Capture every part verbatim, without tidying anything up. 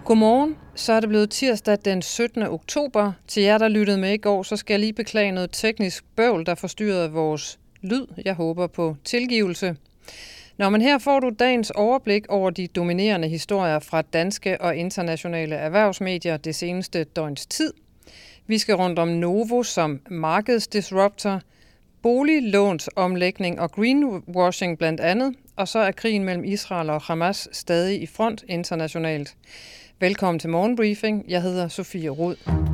Godmorgen, så er det blevet tirsdag den syttende oktober. Til jer, der lyttede med i går, så skal jeg lige beklage noget teknisk bøvl, der forstyrrede vores lyd. Jeg håber på tilgivelse. Nå, men her får du dagens overblik over de dominerende historier fra danske og internationale erhvervsmedier det seneste døgns tid. Vi skal rundt om Novo som markedsdisruptor, boliglånsomlægning og greenwashing blandt andet, og så er krigen mellem Israel og Hamas stadig i front internationalt. Velkommen til Morgenbriefing. Jeg hedder Sofie Rod.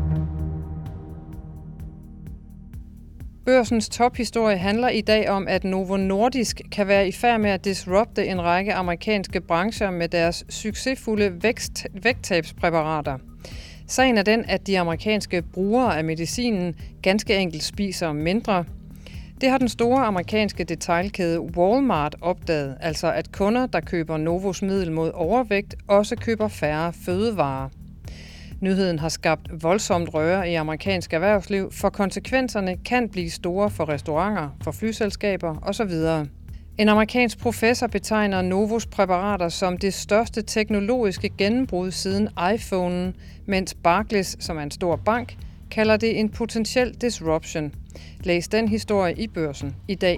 Børsens tophistorie handler i dag om, at Novo Nordisk kan være i færd med at disrupte en række amerikanske brancher med deres succesfulde vækst- vægttabspræparater. Sagen er den, at de amerikanske brugere af medicinen ganske enkelt spiser mindre. Det har den store amerikanske detailkæde Walmart opdaget, altså at kunder, der køber Novos middel mod overvægt, også køber færre fødevarer. Nyheden har skabt voldsomt røre i amerikansk erhvervsliv, for konsekvenserne kan blive store for restauranter, for flyselskaber osv. En amerikansk professor betegner Novos præparater som det største teknologiske gennembrud siden iPhonen, mens Barclays, som er en stor bank, kalder det en potentiel disruption. Læs den historie i Børsen i dag.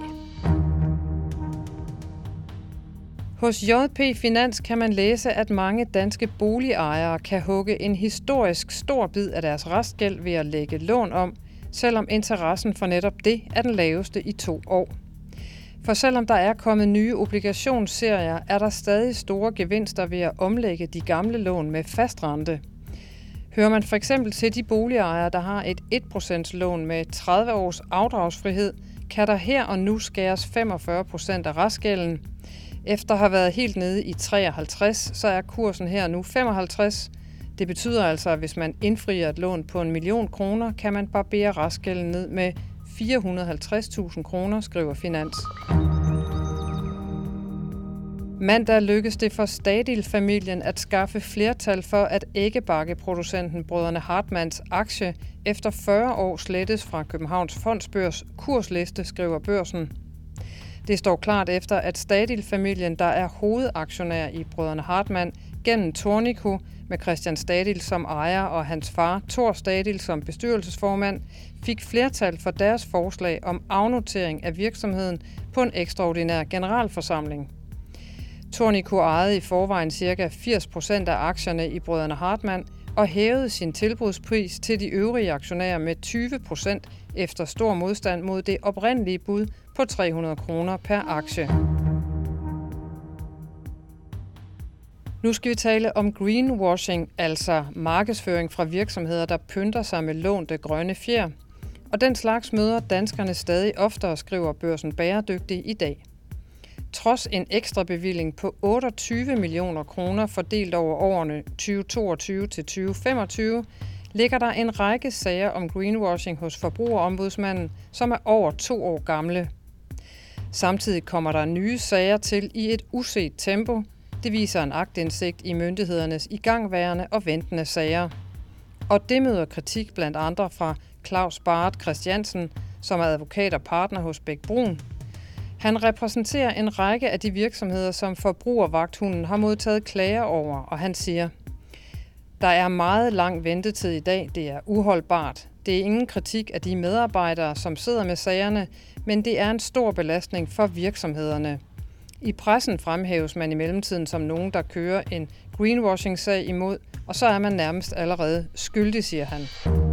Hos J P Finans kan man læse, at mange danske boligejere kan hugge en historisk stor bid af deres restgæld ved at lægge lån om, selvom interessen for netop det er den laveste i to år. For selvom der er kommet nye obligationsserier, er der stadig store gevinster ved at omlægge de gamle lån med fastrente. Hører man for eksempel til de boligejere, der har et et procent lån med tredive års afdragsfrihed, kan der her og nu skæres femogfyrre procent af restgælden. Efter at have været helt nede i treoghalvtreds, så er kursen her nu femoghalvtreds. Det betyder altså, at hvis man indfrier et lån på en million kroner, kan man barbere restgælden ned med fire hundrede og halvtreds tusind kroner, skriver Finans. Mandag lykkedes det for Stadil-familien at skaffe flertal for, at æggebakkeproducenten Brødrene Hartmanns aktie efter fyrre år slettes fra Københavns Fondsbørs kursliste, skriver Børsen. Det står klart efter, at Stadil-familien, der er hovedaktionær i Brødrene Hartmann, gennem Tornico med Christian Stadil som ejer og hans far Thor Stadil som bestyrelsesformand, fik flertal for deres forslag om afnotering af virksomheden på en ekstraordinær generalforsamling. Tornico ejede i forvejen ca. firs procent af aktierne i Brødrene Hartmann og hævede sin tilbudspris til de øvrige aktionærer med tyve procent efter stor modstand mod det oprindelige bud på tre hundrede kroner per aktie. Nu skal vi tale om greenwashing, altså markedsføring fra virksomheder, der pynter sig med lånte grønne fjer. Og den slags møder danskerne stadig oftere, skriver Børsen Bæredygtig i dag. Trods en ekstra bevilling på otteogtyve millioner kroner fordelt over årene tyve toogtyve til tyve femogtyve, ligger der en række sager om greenwashing hos Forbrugerombudsmanden, som er over to år gamle. Samtidig kommer der nye sager til i et uset tempo. Det viser en aktindsigt i myndighedernes igangværende og ventende sager. Og det møder kritik blandt andre fra Claus Barrett Christiansen, som er advokat og partner hos Bech Bruun. Han repræsenterer en række af de virksomheder, som Forbrugervagthunden har modtaget klager over, og han siger: der er meget lang ventetid i dag, det er uholdbart. Det er ingen kritik af de medarbejdere, som sidder med sagerne, men det er en stor belastning for virksomhederne. I pressen fremhæves man i mellemtiden som nogen, der kører en greenwashing-sag imod, og så er man nærmest allerede skyldig, siger han.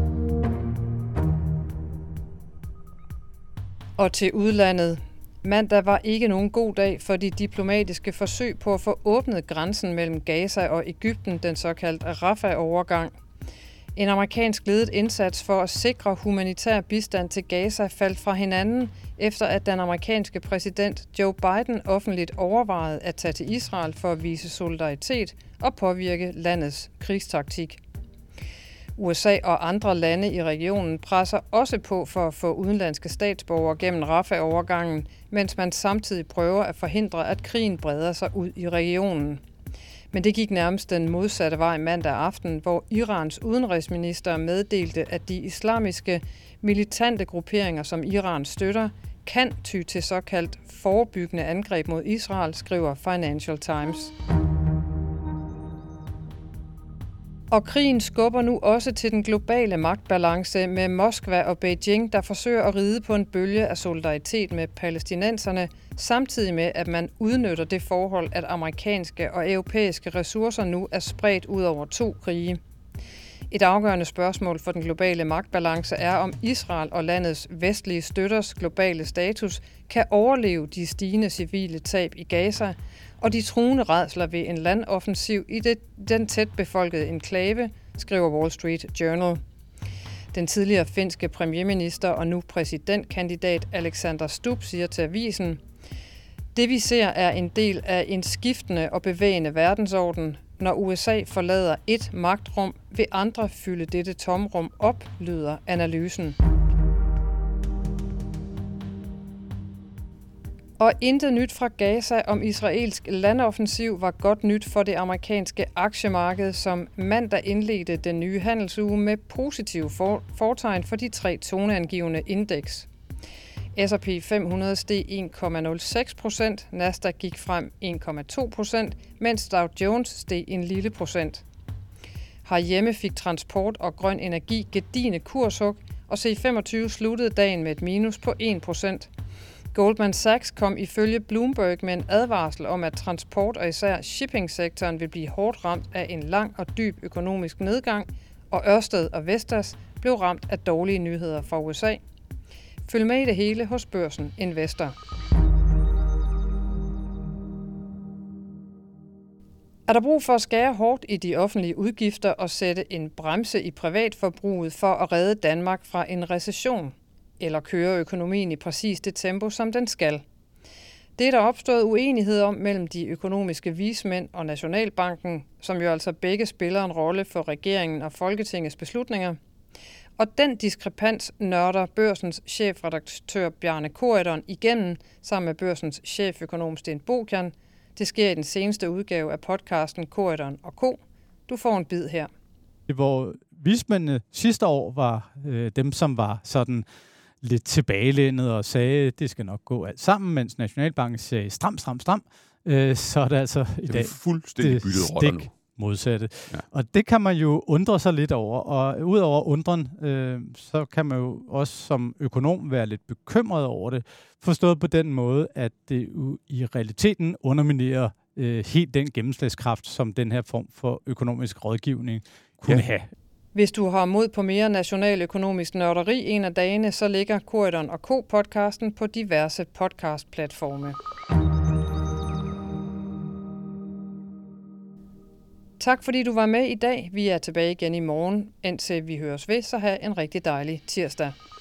Og til udlandet. Mandag var ikke nogen god dag for de diplomatiske forsøg på at få åbnet grænsen mellem Gaza og Egypten, den såkaldte Rafah-overgang. En amerikansk ledet indsats for at sikre humanitær bistand til Gaza faldt fra hinanden, efter at den amerikanske præsident Joe Biden offentligt overvejede at tage til Israel for at vise solidaritet og påvirke landets krigstaktik. U S A og andre lande i regionen presser også på for at få udenlandske statsborgere gennem Rafah-overgangen, mens man samtidig prøver at forhindre, at krigen breder sig ud i regionen. Men det gik nærmest den modsatte vej mandag aften, hvor Irans udenrigsminister meddelte, at de islamiske militante grupperinger, som Iran støtter, kan ty til såkaldt forebyggende angreb mod Israel, skriver Financial Times. Og krigen skubber nu også til den globale magtbalance med Moskva og Beijing, der forsøger at ride på en bølge af solidaritet med palæstinenserne, samtidig med, at man udnytter det forhold, at amerikanske og europæiske ressourcer nu er spredt ud over to krige. Et afgørende spørgsmål for den globale magtbalance er, om Israel og landets vestlige støtters globale status kan overleve de stigende civile tab i Gaza og de truende rædsler ved en landoffensiv i det, den tæt befolkede enklave, skriver Wall Street Journal. Den tidligere finske premierminister og nu præsidentkandidat Alexander Stubb siger til avisen: "Det vi ser er en del af en skiftende og bevægende verdensorden. Når U S A forlader et magtrum, vil andre fylde dette tomrum op", lyder analysen. Og intet nyt fra Gaza om israelsk landoffensiv var godt nyt for det amerikanske aktiemarked, som mandag indledte den nye handelsuge med positive fortegn for de tre toneangivende indeks. S og P fem hundrede steg en komma nul seks procent, Nasdaq gik frem en komma to procent, mens Dow Jones steg en lille procent. Herhjemme fik transport og grøn energi gedigne kurshug, og C femogtyve sluttede dagen med et minus på en procent. Goldman Sachs kom ifølge Bloomberg med en advarsel om, at transport og især shippingsektoren vil blive hårdt ramt af en lang og dyb økonomisk nedgang, og Ørsted og Vestas blev ramt af dårlige nyheder fra U S A. Følg med i det hele hos Børsen Investor. Er der brug for at skære hårdt i de offentlige udgifter og sætte en bremse i privatforbruget for at redde Danmark fra en recession? Eller køre økonomien i præcis det tempo, som den skal? Det er der opstået uenighed om mellem de økonomiske vismænd og Nationalbanken, som jo altså begge spiller en rolle for regeringen og Folketingets beslutninger. Og den diskrepans nørder Børsens chefredaktør Bjarne Corydon igennem sammen med Børsens cheføkonom Sten Bokian. Det sker i den seneste udgave af podcasten Corydon og Co. Du får en bid her. Hvor vismændene sidste år var øh, dem, som var sådan lidt tilbagelænet og sagde, at det skal nok gå alt sammen, mens Nationalbanken sagde stram, stram, stram, øh, så er det altså i dag fuldstændig byttet roller nu. Modsatte. Ja. Og det kan man jo undre sig lidt over, og udover undren, øh, så kan man jo også som økonom være lidt bekymret over det, forstået på den måde, at det jo i realiteten underminerer øh, helt den gennemslagskraft, som den her form for økonomisk rådgivning kunne ja. have. Hvis du har mod på mere nationaløkonomisk nørderi en af dagene, så ligger Corydon og Co-podcasten på diverse podcastplatforme. Tak fordi du var med i dag. Vi er tilbage igen i morgen. Indtil vi høres ved, så have en rigtig dejlig tirsdag.